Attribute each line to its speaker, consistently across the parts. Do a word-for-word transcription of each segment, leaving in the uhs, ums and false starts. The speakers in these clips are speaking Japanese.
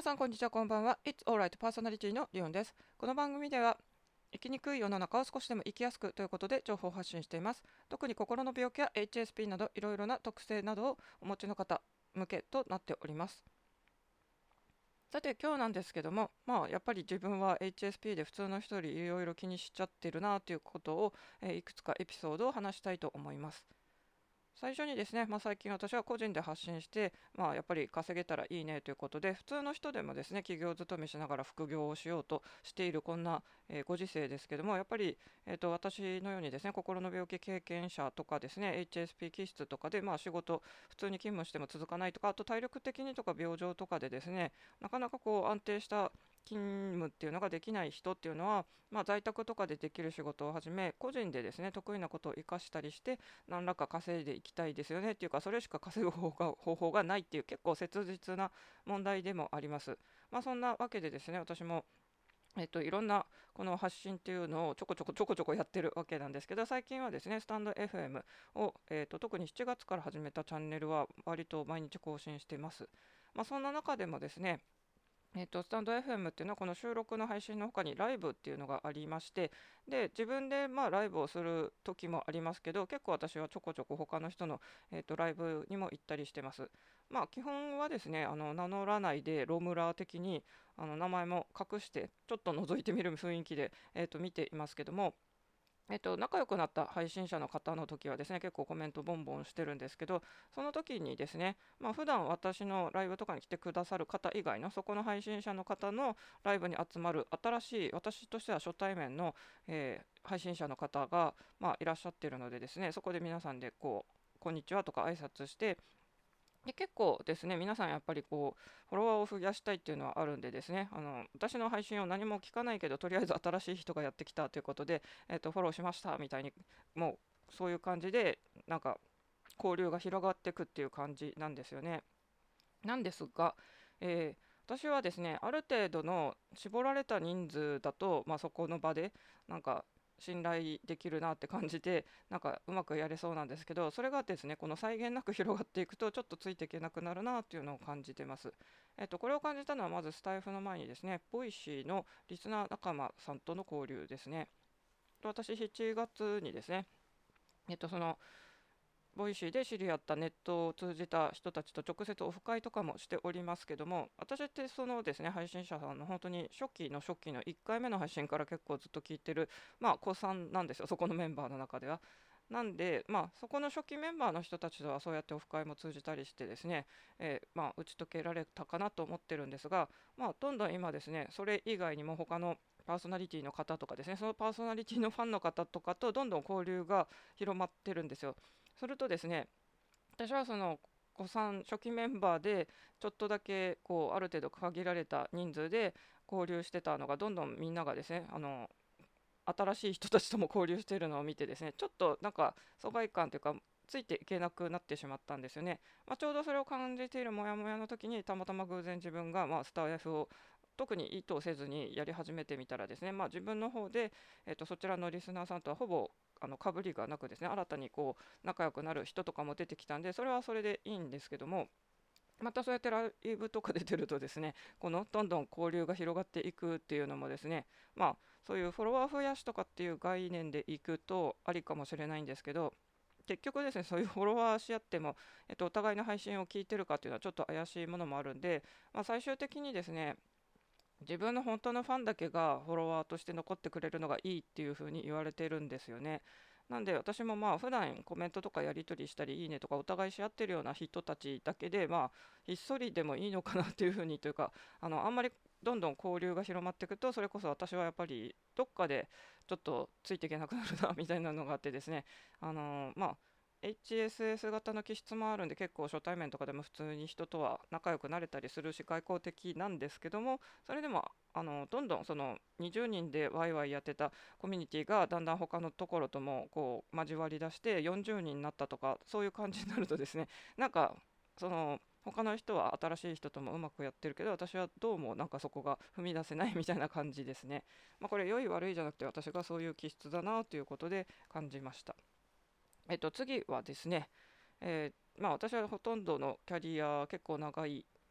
Speaker 1: さんこんにちは、こんばんは。It's Alright パーソナリティのリオンです。この番組では生きにくい世の中を少しでも生きやすくということで情報を発信しています。特に心の病気や エイチエスピー などいろいろな特性などをお持ちの方向けとなっております。さて今日なんですけども、まあやっぱり自分は エイチエスピー で普通の人よりいろいろ気にしちゃってるなということを、えーいくつかエピソードを話したいと思います。最初にですね、まあ、最近私は個人で発信して、まあ、やっぱり稼げたらいいねということで、普通の人でもですね、企業勤めしながら副業をしようとしているこんな、えーご時世ですけども、やっぱり、えーと、私のようにですね、心の病気経験者とかですね、エイチエスピー 気質とかで、まあ、仕事、普通に勤務しても続かないとか、あと体力的にとか病状とかでですね、なかなかこう安定した勤務っていうのができない人っていうのは、まあ、在宅とかでできる仕事をはじめ、個人でですね、得意なことを活かしたりして、何らか稼いでいきたいですよねっていうか、それしか稼ぐ方が方法がないっていう結構切実な問題でもあります。まあそんなわけでですね、私もえっと、いろんなこの発信っていうのをちょこちょこちょこちょこやってるわけなんですけど、最近はですね、スタンド エフエム を、えっと、特にしちがつから始めたチャンネルは割と毎日更新しています。まあ、そんな中でもですね、えっと、スタンド エフエム っていうのはこの収録の配信の他にライブっていうのがありまして、で自分でまあライブをする時もありますけど、結構私はちょこちょこ他の人の、えっと、ライブにも行ったりしてます。まあ基本はですね、あの名乗らないでロムラー的にあの名前も隠してちょっと覗いてみる雰囲気で、えっと、見ていますけども、えっと、仲良くなった配信者の方の時はですね、結構コメントボンボンしてるんですけど、その時にですね、まあ、普段私のライブとかに来てくださる方以外の、そこの配信者の方のライブに集まる新しい、私としては初対面の、えー配信者の方が、まあ、いらっしゃってるのでですね、そこで皆さんでこう、こんにちはとか挨拶して、で結構ですね、皆さんやっぱりこう、フォロワーを増やしたいっていうのはあるんでですね、あの私の配信を何も聞かないけど、とりあえず新しい人がやってきたということで、えっと、フォローしましたみたいに、もうそういう感じで、なんか交流が広がっていくっていう感じなんですよね。なんですが、えー私はですね、ある程度の絞られた人数だと、まあ、そこの場でなんか信頼できるなって感じで、なんかうまくやれそうなんですけど、それがですね、この際限なく広がっていくと、ちょっとついていけなくなるなっていうのを感じてます。えっと、これを感じたのは、まずスタイフの前にですね、ボイシーのリスナー仲間さんとの交流ですね。私、しちがつにですね、えっと、そのボイシーで知り合ったネットを通じた人たちと直接オフ会とかもしておりますけども、私ってそのですね、配信者さんの本当に初期の初期のいっかいめの配信から結構ずっと聞いてる、まあ、子さんなんですよ、そこのメンバーの中では。なんで、まあ、そこの初期メンバーの人たちとはそうやってオフ会も通じたりしてですね、えーまあ、打ち解けられたかなと思ってるんですが、まあ、どんどん今ですね、それ以外にも他のパーソナリティの方とかですね、そのパーソナリティのファンの方とかとどんどん交流が広まってるんですよ。するとですね、私はその子さん初期メンバーでちょっとだけこうある程度限られた人数で交流してたのが、どんどんみんながですね、あの新しい人たちとも交流しているのを見てですね、ちょっとなんか疎外感というかついていけなくなってしまったんですよね。まあ、ちょうどそれを感じているモヤモヤの時に、たまたま偶然自分がまあスター F を特に意図せずにやり始めてみたらですね、まあ、自分の方で、えっとそちらのリスナーさんとはほぼあの被りがなくですね、新たにこう仲良くなる人とかも出てきたんで、それはそれでいいんですけども、またそうやってライブとか出てるとですね、このどんどん交流が広がっていくっていうのもですね、まあそういうフォロワー増やしとかっていう概念でいくとありかもしれないんですけど、結局ですね、そういうフォロワーし合っても、えっと、お互いの配信を聞いてるかっていうのはちょっと怪しいものもあるんで、まあ、最終的にですね、自分の本当のファンだけがフォロワーとして残ってくれるのがいいっていう風に言われてるんですよね。なんで私もまあ普段コメントとかやり取りしたりいいねとかお互いし合ってるような人たちだけで、まあひっそりでもいいのかなっていう風にというか、あのあんまりどんどん交流が広まっていくと、それこそ私はやっぱりどっかでちょっとついていけなくなるなみたいなのがあってですね、あのーまあ エイチエスエス 型の気質もあるんで、結構初対面とかでも普通に人とは仲良くなれたりするし外交的なんですけども、それでもあのどんどんそのにじゅうにんでワイワイやってたコミュニティがだんだん他のところともこう交わりだしてよんじゅうにんになったとか、そういう感じになるとですね、なんかその他の人は新しい人ともうまくやってるけど、私はどうもなんかそこが踏み出せないみたいな感じですね。まあ、これ良い悪いじゃなくて、私がそういう気質だなということで感じました。えっと、次はですね、えーまあ、私はほとんどのキャリア結構長い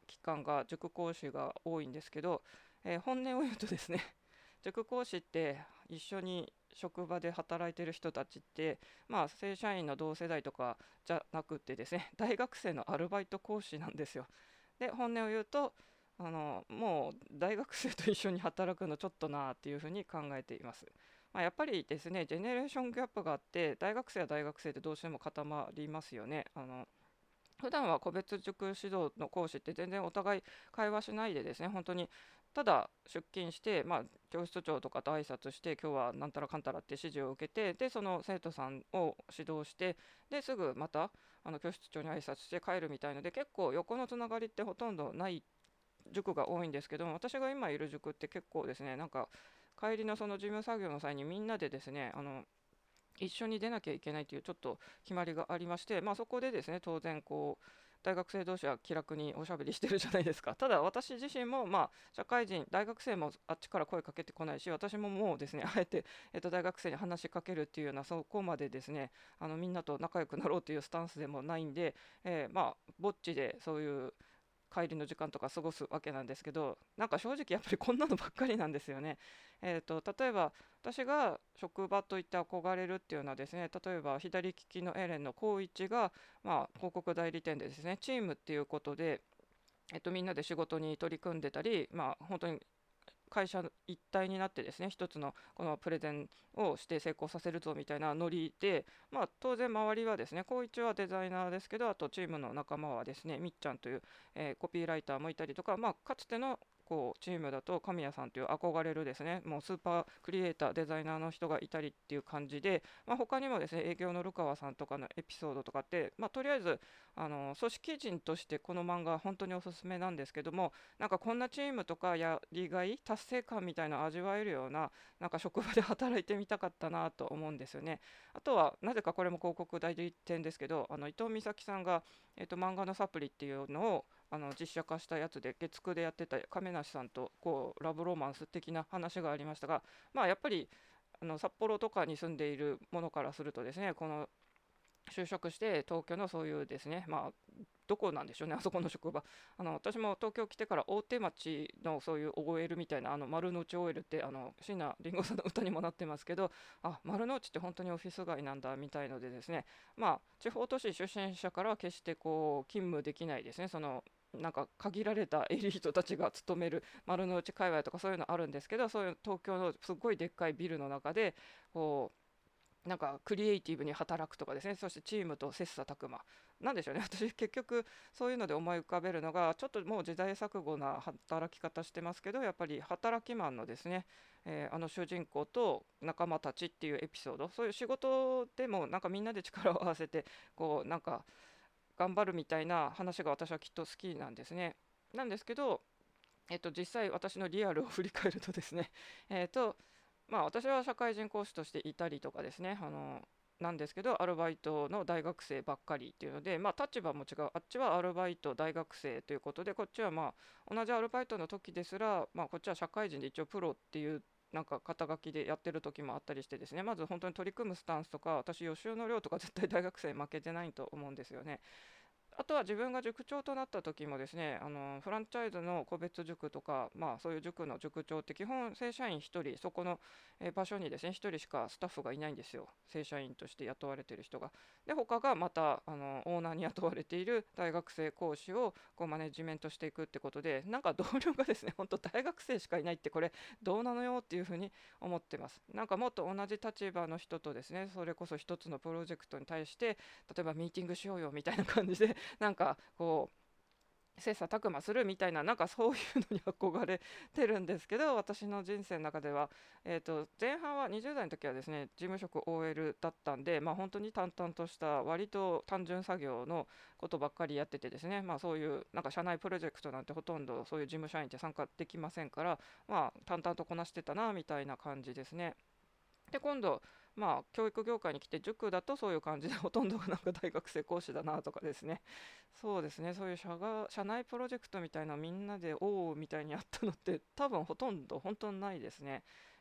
Speaker 1: 期間が塾講師が多いんですけど、えー本音を言うとですね、塾講師って一緒に職場で働いてる人たちって、まあ、正社員の同世代とかじゃなくてですね、大学生のアルバイト講師なんですよ。で、本音を言うと、あのもう大学生と一緒に働くのちょっとなっていうふうに考えています。まあ、やっぱりですね、ジェネレーションギャップがあって、大学生は大学生でどうしても固まりますよね。あの普段は個別塾指導の講師って全然お互い会話しないでですね、本当にただ出勤して、まあ、教室長とかと挨拶して、今日はなんたらかんたらって指示を受けて、でその生徒さんを指導して、ですぐまたあの教室長に挨拶して帰るみたいので、結構横のつながりってほとんどない塾が多いんですけども、私が今いる塾って結構ですね、なんか帰りのその事務作業の際にみんなでですね、あの一緒に出なきゃいけないというちょっと決まりがありまして、まあ、そこでですね、当然こう大学生同士は気楽におしゃべりしてるじゃないですか。ただ私自身も、まあ、社会人大学生もあっちから声かけてこないし、私ももうですね、あえて、えっと、大学生に話しかけるっていうような、そこまでですね、あのみんなと仲良くなろうというスタンスでもないんで、えーまあぼっちでそういう帰りの時間とか過ごすわけなんですけど、なんか正直やっぱりこんなのばっかりなんですよね。えーと、例えば私が職場といって憧れるっていうのはですね、例えば左利きのエレンの高一が、まあ、広告代理店でですね、チームっていうことで、えっと、みんなで仕事に取り組んでたり、まあ、本当に会社一体になってですね、一つのこのプレゼンをして成功させるぞみたいなノリで、まあ、当然周りはですね、高一はデザイナーですけど、あとチームの仲間はですね、みっちゃんという、えーコピーライターもいたりとか、まあ、かつてのこうチームだと神谷さんという憧れるですね、もうスーパークリエイターデザイナーの人がいたりっていう感じで、まあ、他にもですね、営業のルカワさんとかのエピソードとかって、まあ、とりあえずあの組織人としてこの漫画は本当におすすめなんですけども、なんかこんなチームとかやりがい達成感みたいなの味わえるような、なんか職場で働いてみたかったなと思うんですよね。あとはなぜかこれも広告代理店ですけど、あの伊藤美咲さんが、えっと、漫画のサプリっていうのをあの実写化したやつで月くでやってた亀梨さんとこうラブロマンス的な話がありましたが、まあやっぱりあの札幌とかに住んでいるものからするとですね、この就職して東京のそういうですね、まあどこなんでしょうね、あそこの職場。あの私も東京来てから大手町のそういう オーエル みたいな、あの丸の内 オーエル ってあの椎名林檎さんの歌にもなってますけど、あ、丸の内って本当にオフィス街なんだみたいのでですね、まあ地方都市出身者からは決してこう勤務できないですね、そのなんか限られたエリートたちが勤める丸の内界隈とかそういうのあるんですけど、そういう東京のすごいでっかいビルの中でこうなんかクリエイティブに働くとかですね、そしてチームと切磋琢磨なんでしょうね。私結局そういうので思い浮かべるのが、ちょっともう時代錯誤な働き方してますけど、やっぱり働きマンのですね、えーあの主人公と仲間たちっていうエピソード、そういう仕事でもなんかみんなで力を合わせてこうなんか頑張るみたいな話が私はきっと好きなんですね。なんですけど、えっと、実際私のリアルを振り返るとですね、えっとまあ、私は社会人講師としていたりとかですね、あのなんですけど、アルバイトの大学生ばっかりっていうので、まあ、立場も違う、あっちはアルバイト大学生ということで、こっちはまあ同じアルバイトの時ですら、まあ、こっちは社会人で一応プロっていうなんか肩書きでやってる時もあったりしてですね、まず本当に取り組むスタンスとか、私、予習の量とか絶対大学生負けてないと思うんですよね。あとは自分が塾長となった時もですね、あのフランチャイズの個別塾とか、まあ、そういう塾の塾長って基本正社員ひとり、そこの、えー場所にですねひとりしかスタッフがいないんですよ、正社員として雇われている人が。で他がまたあのオーナーに雇われている大学生講師をこうマネジメントしていくってことで、なんか同僚がですね本当大学生しかいないって、これどうなのよっていうふうに思ってます。なんかもっと同じ立場の人とですね、それこそ一つのプロジェクトに対して例えばミーティングしようよみたいな感じでなんかこう切磋琢磨するみたいな、なんかそういうのに憧れてるんですけど、私の人生の中では、えー、と前半はにじゅう代の時はですね事務職 オーエル だったんで、まあ、本当に淡々とした割と単純作業のことばっかりやっててですね、まあ、そういうなんか社内プロジェクトなんてほとんどそういう事務社員って参加できませんから、まあ、淡々とこなしてたなみたいな感じですね。で今度、まあ、教育業界に来て塾だとそういう感じでほとんどがなんか大学生講師だなとかですね、そうですね、そういう社が社内プロジェクトみたいなみんなでおおみたいにやったのって多分ほとんど本当にないですね。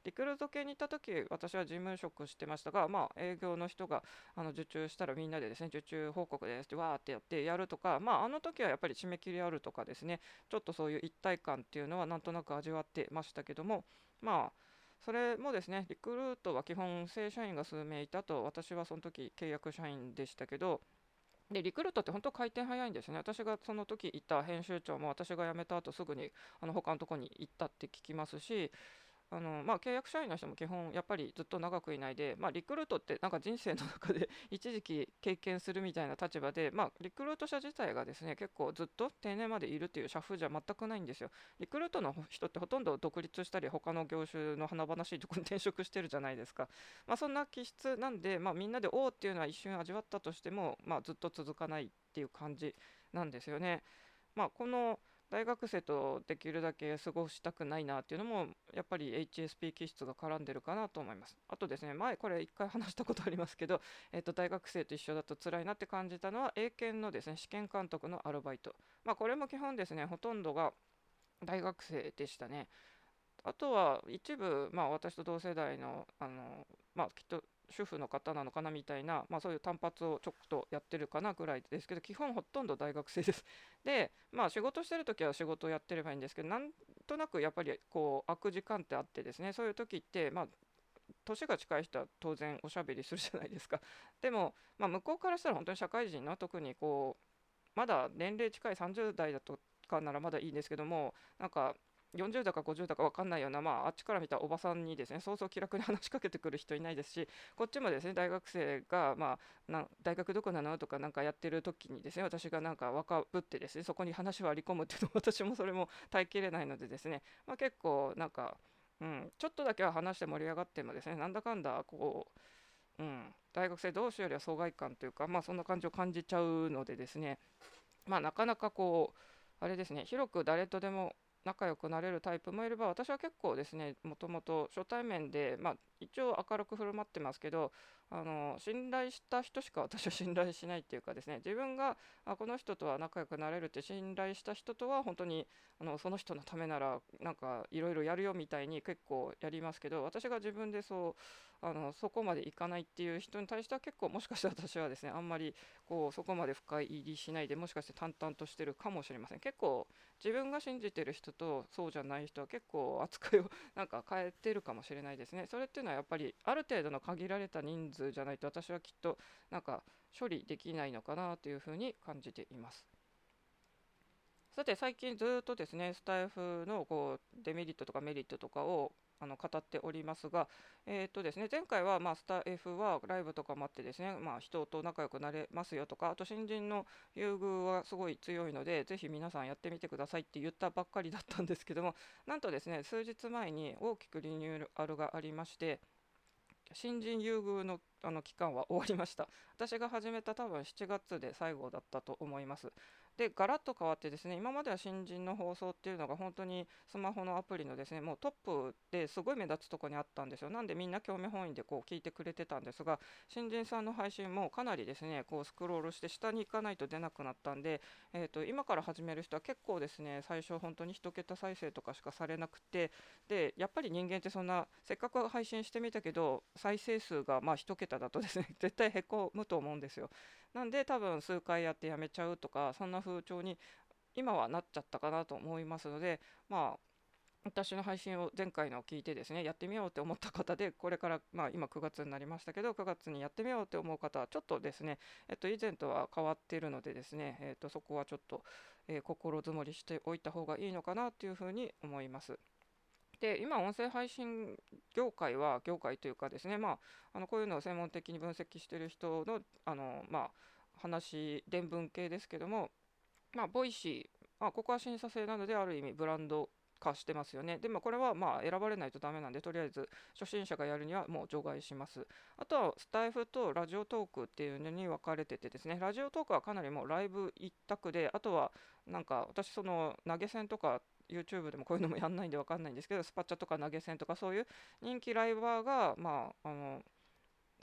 Speaker 1: リクルート系に行った時私は事務職してましたが、まあ、営業の人があの受注したらみんなでですね、受注報告ですってわーってやってやるとか、まあ、あの時はやっぱり締め切りあるとかですね、ちょっとそういう一体感っていうのはなんとなく味わってましたけども、まあそれもですね、リクルートは基本正社員が数名いたと、私はその時契約社員でしたけど、でリクルートって本当回転早いんですね。私がその時いた編集長も私が辞めた後すぐにあの他のところに行ったって聞きますし、あのまあ、契約社員の人も基本やっぱりずっと長くいないで、まあ、リクルートってなんか人生の中で一時期経験するみたいな立場で、まあ、リクルート社自体がですね結構ずっと定年までいるっていう社風じゃ全くないんですよ。リクルートの人ってほとんど独立したり他の業種の華々しいところに転職してるじゃないですか。まあ、そんな気質なんで、まあ、みんなでおーっていうのは一瞬味わったとしても、まあ、ずっと続かないっていう感じなんですよね。まあ、この大学生とできるだけ過ごしたくないなっていうのもやっぱり エイチエスピー 気質が絡んでるかなと思います。あとですね、前これ一回話したことありますけど、えっと、大学生と一緒だと辛いなって感じたのは英検のですね試験監督のアルバイト。まあこれも基本ですねほとんどが大学生でしたね。あとは一部、まあ、私と同世代の、あの、まあ、きっと主婦の方なのかなみたいな、まあ、そういう単発をちょっとやってるかなぐらいですけど、基本ほとんど大学生です。で、まあ、仕事してるときは仕事をやってればいいんですけど、なんとなくやっぱりこう空く時間ってあってですね、そういう時って、まあ、年が近い人は当然おしゃべりするじゃないですか。でも、まあ、向こうからしたら本当に社会人の特にこうまだ年齢近いさんじゅう代だとかならまだいいんですけども、なんかよんじゅう代かごじゅう代か分かんないような、まあ、あっちから見たおばさんにですね、そうそう気楽に話しかけてくる人いないですし、こっちもですね、大学生が、まあ、な大学どこなのとかなんかやってる時にですね、私がなんか若ぶってですね、そこに話を割り込むっていうのも私もそれも耐えきれないのでですね、まあ、結構なんか、うん、ちょっとだけは話して盛り上がってもですね、なんだかんだこう、うん、大学生同士よりは疎外感というか、まあ、そんな感じを感じちゃうのでですね、まあ、なかなかこう、あれですね、広く誰とでも仲良くなれるタイプもいれば、私は結構ですね、もともと初対面で、まあ、一応明るく振る舞ってますけど、あの信頼した人しか私は信頼しないっていうかですね、自分があこの人とは仲良くなれるって信頼した人とは、本当にあのその人のためなら、なんかいろいろやるよみたいに結構やりますけど、私が自分でそうあのそこまでいかないっていう人に対しては、結構もしかしたら私はですね、あんまりこうそこまで深入りしないで、もしかして淡々としてるかもしれません。結構自分が信じてる人とそうじゃない人は結構扱いをなんか変えてるかもしれないですね。それっていうのはやっぱりある程度の限られた人数じゃないと、私はきっとなんか処理できないのかなというふうに感じています。さて最近ずっとですねスタイフのこうデメリットとかメリットとかをあの語っておりますが、えーとですね、前回はまあスタイフはライブとかもあってですね、まあ、人と仲良くなれますよとか、あと新人の優遇はすごい強いのでぜひ皆さんやってみてくださいって言ったばっかりだったんですけども、なんとですね数日前に大きくリニューアルがありまして、新人優遇のあの期間は終わりました。私が始めた多分しちがつで最後だったと思います。で、ガラッと変わってですね、今までは新人の放送っていうのが本当にスマホのアプリのですね、もうトップですごい目立つところにあったんですよ。なんでみんな興味本位でこう聞いてくれてたんですが、新人さんの配信もかなりですね、こうスクロールして下に行かないと出なくなったんで、えーと、今から始める人は結構ですね、最初本当に一桁再生とかしかされなくて、で、やっぱり人間ってそんな、せっかく配信してみたけど、再生数がまあ一桁だとですね、絶対へこむと思うんですよ。なんで多分数回やってやめちゃうとか、そんな風潮に今はなっちゃったかなと思いますので、まあ、私の配信を前回のを聞いてですね、やってみようって思った方で、これから、まあ、今くがつになりましたけど、くがつにやってみようって思う方は、ちょっとですね、えっと、以前とは変わっているのでですね、えっと、そこはちょっと、えー心づもりしておいた方がいいのかなというふうに思います。で、今、音声配信業界は、業界というかですね、まあ、あのこういうのを専門的に分析している人の、あの、まあ、話、伝聞系ですけども、まあ、ボイシー、まあ、ここは審査制なので、ある意味ブランド化してますよね。でもこれはまあ選ばれないとダメなんで、とりあえず初心者がやるにはもう除外します。あとはスタイフとラジオトークっていうのに分かれててですね、ラジオトークはかなりもうライブ一択で、あとはなんか私その投げ銭とか YouTube でもこういうのもやんないんで分かんないんですけど、スパチャとか投げ銭とかそういう人気ライバーがまああの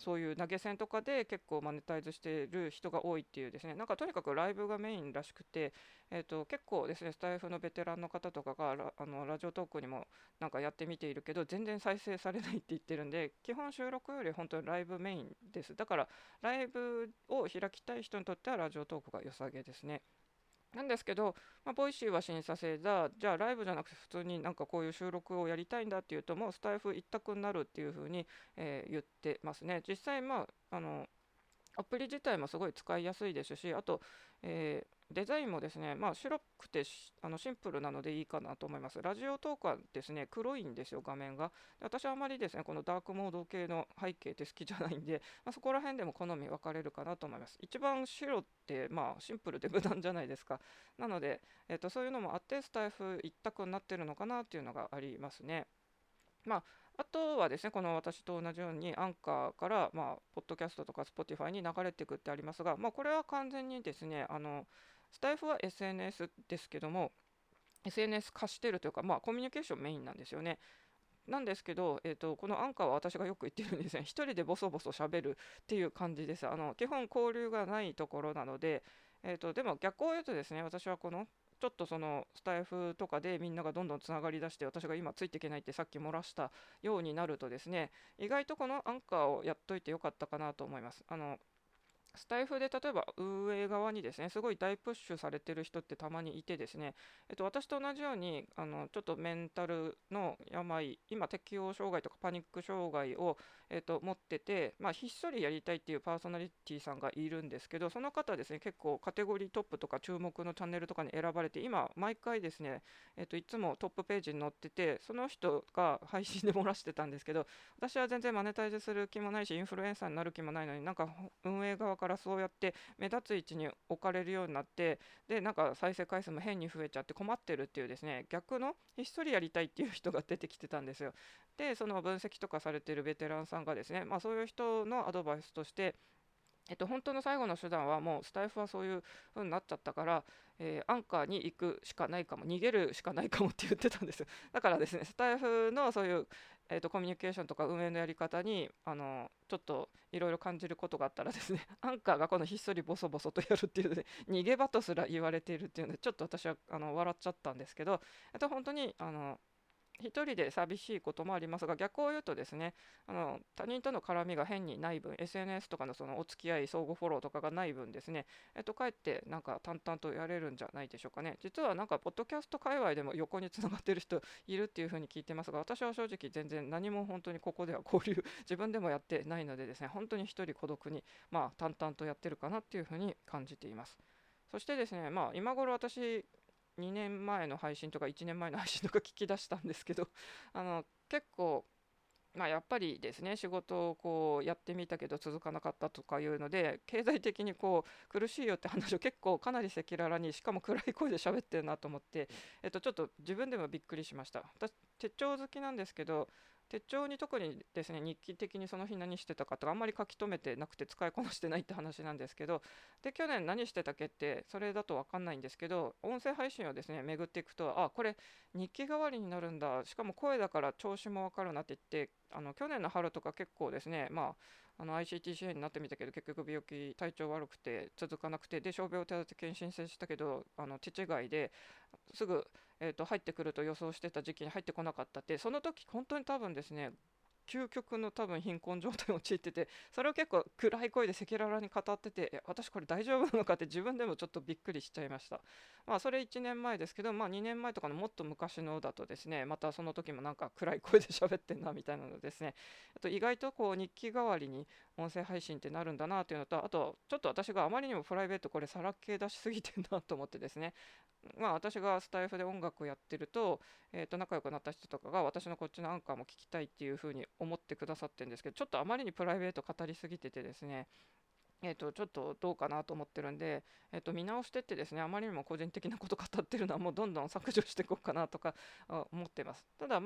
Speaker 1: そういう投げ銭とかで結構マネタイズしている人が多いっていうですね、なんかとにかくライブがメインらしくて、えー、と結構ですね、スタイフのベテランの方とかがラあのラジオトークにもなんかやってみているけど全然再生されないって言ってるんで、基本収録より本当にライブメインです。だからライブを開きたい人にとってはラジオトークが良さげですね。なんですけど、まあ、ボイシーは審査制だ、じゃあライブじゃなくて普通になんかこういう収録をやりたいんだっていうと、もうスタイフ一択になるっていう風に、えー言ってますね。実際、まあ、あのアプリ自体もすごい使いやすいですし、あと、えーデザインもですね、まあ、白くてしあのシンプルなのでいいかなと思います。ラジオトークはですね、黒いんですよ、画面が。で私はあまりですね、このダークモード系の背景って好きじゃないんで、まあ、そこら辺でも好み分かれるかなと思います。一番白って、まあ、シンプルで無難じゃないですか。なので、えーと、そういうのもあって、スタイフ一択になってるのかなっていうのがありますね。まあ、あとはですね、この私と同じようにアンカーから、まあ、ポッドキャストとか Spotify に流れていくってありますが、まあ、これは完全にですね、あのスタイフは エスエヌエス ですけども、エスエヌエス 化してるというか、まあ、コミュニケーションメインなんですよね。なんですけど、えーと、このアンカーは私がよく言ってるんですね、一人でボソボソしゃべるっていう感じです。あの基本交流がないところなので、えーと、でも逆を言うとですね、私はこのちょっとそのスタイフとかでみんながどんどんつながりだして、私が今ついていけないってさっき漏らしたようになるとですね、意外とこのアンカーをやっといてよかったかなと思います。あのスタイフで例えば運営側にですね、すごい大プッシュされてる人ってたまにいてですね、えっと、私と同じようにあのちょっとメンタルの病、今適応障害とかパニック障害を、えっと、持ってて、まあ、ひっそりやりたいっていうパーソナリティさんがいるんですけど、その方はですね、結構カテゴリートップとか注目のチャンネルとかに選ばれて、今毎回ですね、えっと、いつもトップページに載ってて、その人が配信で漏らしてたんですけど、私は全然マネタイズする気もないし、インフルエンサーになる気もないのに、なんか運営側からそうやって目立つ位置に置かれるようになって、でなんか再生回数も変に増えちゃって困ってるっていうですね、逆のひっそりやりたいっていう人が出てきてたんですよ。でその分析とかされてるベテランさんがですね、まあ、そういう人のアドバイスとして、えっと、本当の最後の手段はもうスタイフはそういう風になっちゃったから、えーアンカーに行くしかないかも、逃げるしかないかもって言ってたんですよ。だからですね、スタイフのそういう、えーと、コミュニケーションとか運営のやり方にあのちょっといろいろ感じることがあったらですね、アンカーがこのひっそりボソボソとやるっていうので、逃げ場とすら言われているっていうので、ちょっと私はあの笑っちゃったんですけど、えっと、本当にあの一人で寂しいこともありますが、逆を言うとですね、あの他人との絡みが変にない分、 エスエヌエス とかのそのお付き合い相互フォローとかがない分ですね、えっと、かえってなんか淡々とやれるんじゃないでしょうかね。実はなんかポッドキャスト界隈でも横につながってる人いるっていうふうに聞いてますが、私は正直全然何も本当にここでは交流自分でもやってないのでですね、本当に一人孤独にまあ淡々とやってるかなっていうふうに感じています。そしてですね、まあ今頃私にねんまえの配信とかいちねんまえの配信とか聞き出したんですけど、あの結構、まあ、やっぱりですね、仕事をこうやってみたけど続かなかったとかいうので、経済的にこう苦しいよって話を結構かなり赤裸々に、しかも暗い声で喋ってるなと思って、えっと、ちょっと自分でもびっくりしました。私手帳好きなんですけど、手帳に特にですね、日記的にその日何してたかとかあんまり書き留めてなくて使いこなしてないって話なんですけど、で去年何してたっけってそれだと分かんないんですけど、音声配信をですね巡っていくと、あこれ日記代わりになるんだ、しかも声だから調子も分かるなって言って、あの去年の春とか結構ですね、まあ、あの アイシーティーシーエー になってみたけど結局病気体調悪くて続かなくて、で傷病手当て検診制したけどあの手違いですぐ、えーと入ってくると予想してた時期に入ってこなかったって、その時本当に多分ですね究極の多分貧困状態に陥ってて、それを結構暗い声で赤裸々に語ってて、え私これ大丈夫なのかって自分でもちょっとびっくりしちゃいました。まあそれいちねんまえですけど、まあにねんまえとかのもっと昔のだとですね、またその時もなんか暗い声で喋ってんなみたいなのですね、あと意外とこう日記代わりに音声配信ってなるんだなっていうのと、あとちょっと私があまりにもプライベートこれさらけ出しすぎてんなと思ってですね、まあ私がスタイフで音楽をやってると、えー、と仲良くなった人とかが私のこっちのアンカーも聞きたいっていう風に思ってくださってるんですけど、ちょっとあまりにプライベート語りすぎててですね、えー、とちょっとどうかなと思ってるんで、えー、と見直してってですね、あまりにも個人的なこと語ってるのはもうどんどん削除していこうかなとかあ思ってます。ただまあ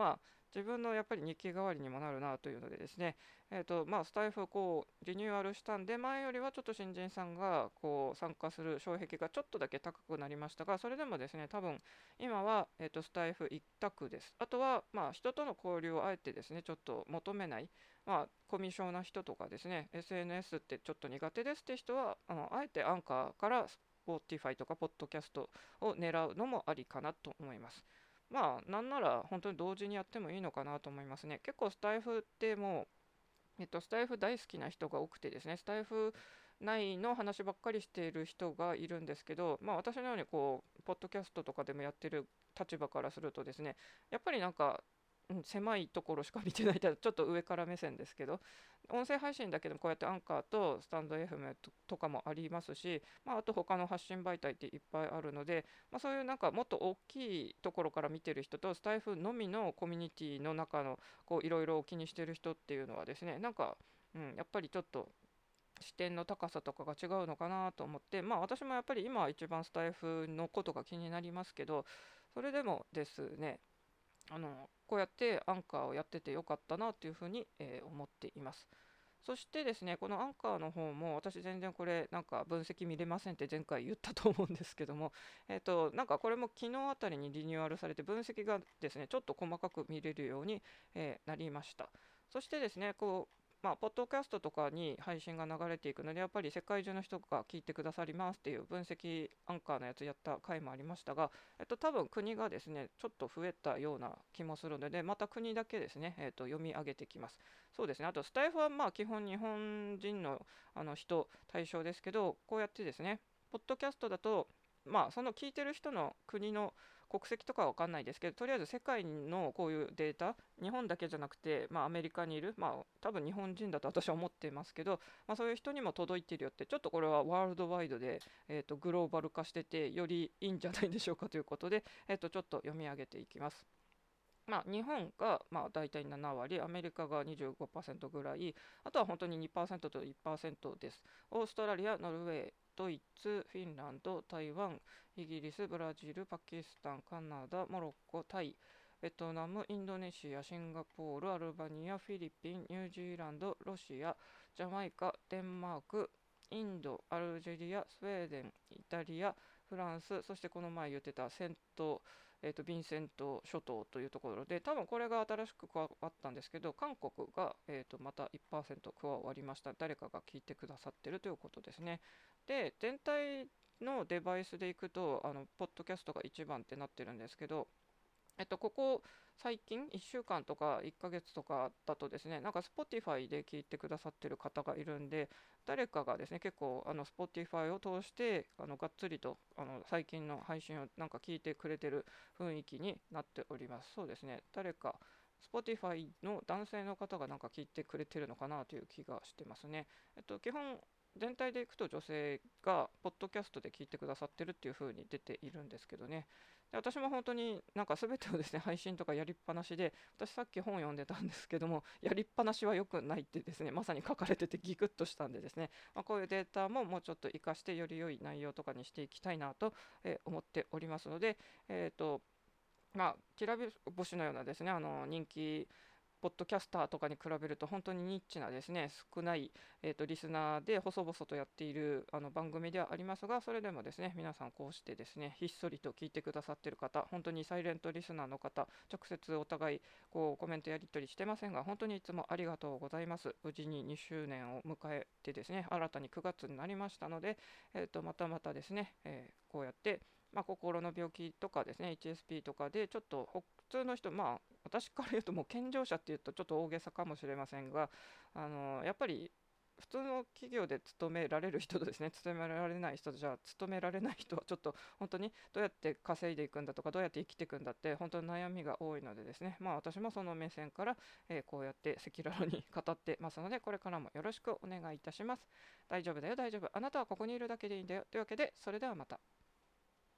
Speaker 1: 自分のやっぱり日記代わりにもなるなというのでですね、えーとまあ、スタイフをこうリニューアルしたんで、前よりはちょっと新人さんがこう参加する障壁がちょっとだけ高くなりましたが、それでもですね、多分今は、えーとスタイフ一択です。あとは、まあ、人との交流をあえてですね、ちょっと求めない、まあ、コミュ障な人とかですね、エスエヌエス ってちょっと苦手ですって人は、あのあえてアンカーから Spotify とかポッドキャストを狙うのもありかなと思います。まあ、なんなら本当に同時にやってもいいのかなと思いますね。結構スタイフってもう、えっと、スタイフ大好きな人が多くてですね、スタイフ内の話ばっかりしている人がいるんですけど、まあ私のようにこう、ポッドキャストとかでもやってる立場からするとですね、やっぱりなんか、うん、狭いところしか見てないとちょっと上から目線ですけど、音声配信だけでもこうやってアンカーとスタンド エフエム ととかもありますし、まあ、あと他の発信媒体っていっぱいあるので、まあ、そういうなんかもっと大きいところから見てる人とスタイフのみのコミュニティの中のこういろいろ気にしてる人っていうのはですね、なんか、うん、やっぱりちょっと視点の高さとかが違うのかなと思って、まあ私もやっぱり今は一番スタイフのことが気になりますけど、それでもですね、あのこうやってアンカーをやっててよかったなというふうに、えー思っています。そしてですね、このアンカーの方も私全然これなんか分析見れませんって前回言ったと思うんですけども、えっとなんかこれも昨日あたりにリニューアルされて分析がですねちょっと細かく見れるように、えーなりました。そしてですね、こうまあ、ポッドキャストとかに配信が流れていくので、やっぱり世界中の人が聞いてくださりますっていう分析アンカーのやつやった回もありましたが、えっと、多分国がですね、ちょっと増えたような気もするので、また国だけですね、えっと、読み上げてきます。そうですね、あとスタイフはまあ基本日本人の、あの人対象ですけど、こうやってですね、ポッドキャストだと、まあ、その聞いてる人の国の国籍とかは分かんないですけど、とりあえず世界のこういうデータ、日本だけじゃなくて、まあ、アメリカにいる、まあ、多分日本人だと私は思ってますけど、まあ、そういう人にも届いてるよって、ちょっとこれはワールドワイドで、えーと、グローバル化してて、よりいいんじゃないでしょうかということで、えーと、ちょっと読み上げていきます。まあ、日本がまあ大体なな割、アメリカがにじゅうごパーセントぐらい、あとは本当ににパーセントといちパーセントです。オーストラリア、ノルウェー、ドイツ、フィンランド、台湾、イギリス、ブラジル、パキスタン、カナダ、モロッコ、タイ、ベトナム、インドネシア、シンガポール、アルバニア、フィリピン、ニュージーランド、ロシア、ジャマイカ、デンマーク、インド、アルジェリア、スウェーデン、イタリア、フランス、そしてこの前言ってたセント、えーと、ヴィンセント諸島というところで、多分これが新しく加わったんですけど、韓国が、えーと、またいちパーセント加わりました。誰かが聞いてくださってるということですね。で、全体のデバイスでいくと、あのポッドキャストがいちばんってなってるんですけど、えっと、ここ最近いっしゅうかんとかいっかげつとかだとですね、なんか Spotify で聞いてくださってる方がいるんで、誰かがですね、結構あの Spotify を通してあのがっつりとあの最近の配信をなんか聞いてくれてる雰囲気になっております。そうですね、誰か Spotify の男性の方がなんか聞いてくれてるのかなという気がしてますね。えっと、基本全体でいくと女性がポッドキャストで聞いてくださってるっていう風に出ているんですけどね。で私も本当になんか全てをですね配信とかやりっぱなしで、私さっき本読んでたんですけども、やりっぱなしは良くないってですねまさに書かれててギクッとしたんでですね、まあ、こういうデータももうちょっと活かしてより良い内容とかにしていきたいなと、えー思っておりますので、えーとまあ、きらび星のようなですねあの人気ポッドキャスターとかに比べると本当にニッチなですね少ない、えーとリスナーで細々とやっているあの番組ではありますが、それでもですね皆さんこうしてですねひっそりと聞いてくださっている方、本当にサイレントリスナーの方、直接お互いこうコメントやり取りしてませんが、本当にいつもありがとうございます。無事ににしゅうねんを迎えてですね、新たにくがつになりましたので、えーとまたまたですね、えーこうやってまあ、心の病気とかですね エイチエスピー とかでちょっと普通の人、まあ私から言うともう健常者っていうとちょっと大げさかもしれませんが、あのやっぱり普通の企業で勤められる人とですね勤められない人と、じゃあ勤められない人はちょっと本当にどうやって稼いでいくんだとかどうやって生きていくんだって本当に悩みが多いのでですね、まあ私もその目線から、えーこうやって赤裸々に語ってますので、これからもよろしくお願いいたします。大丈夫だよ大丈夫、あなたはここにいるだけでいいんだよというわけで、それではまた。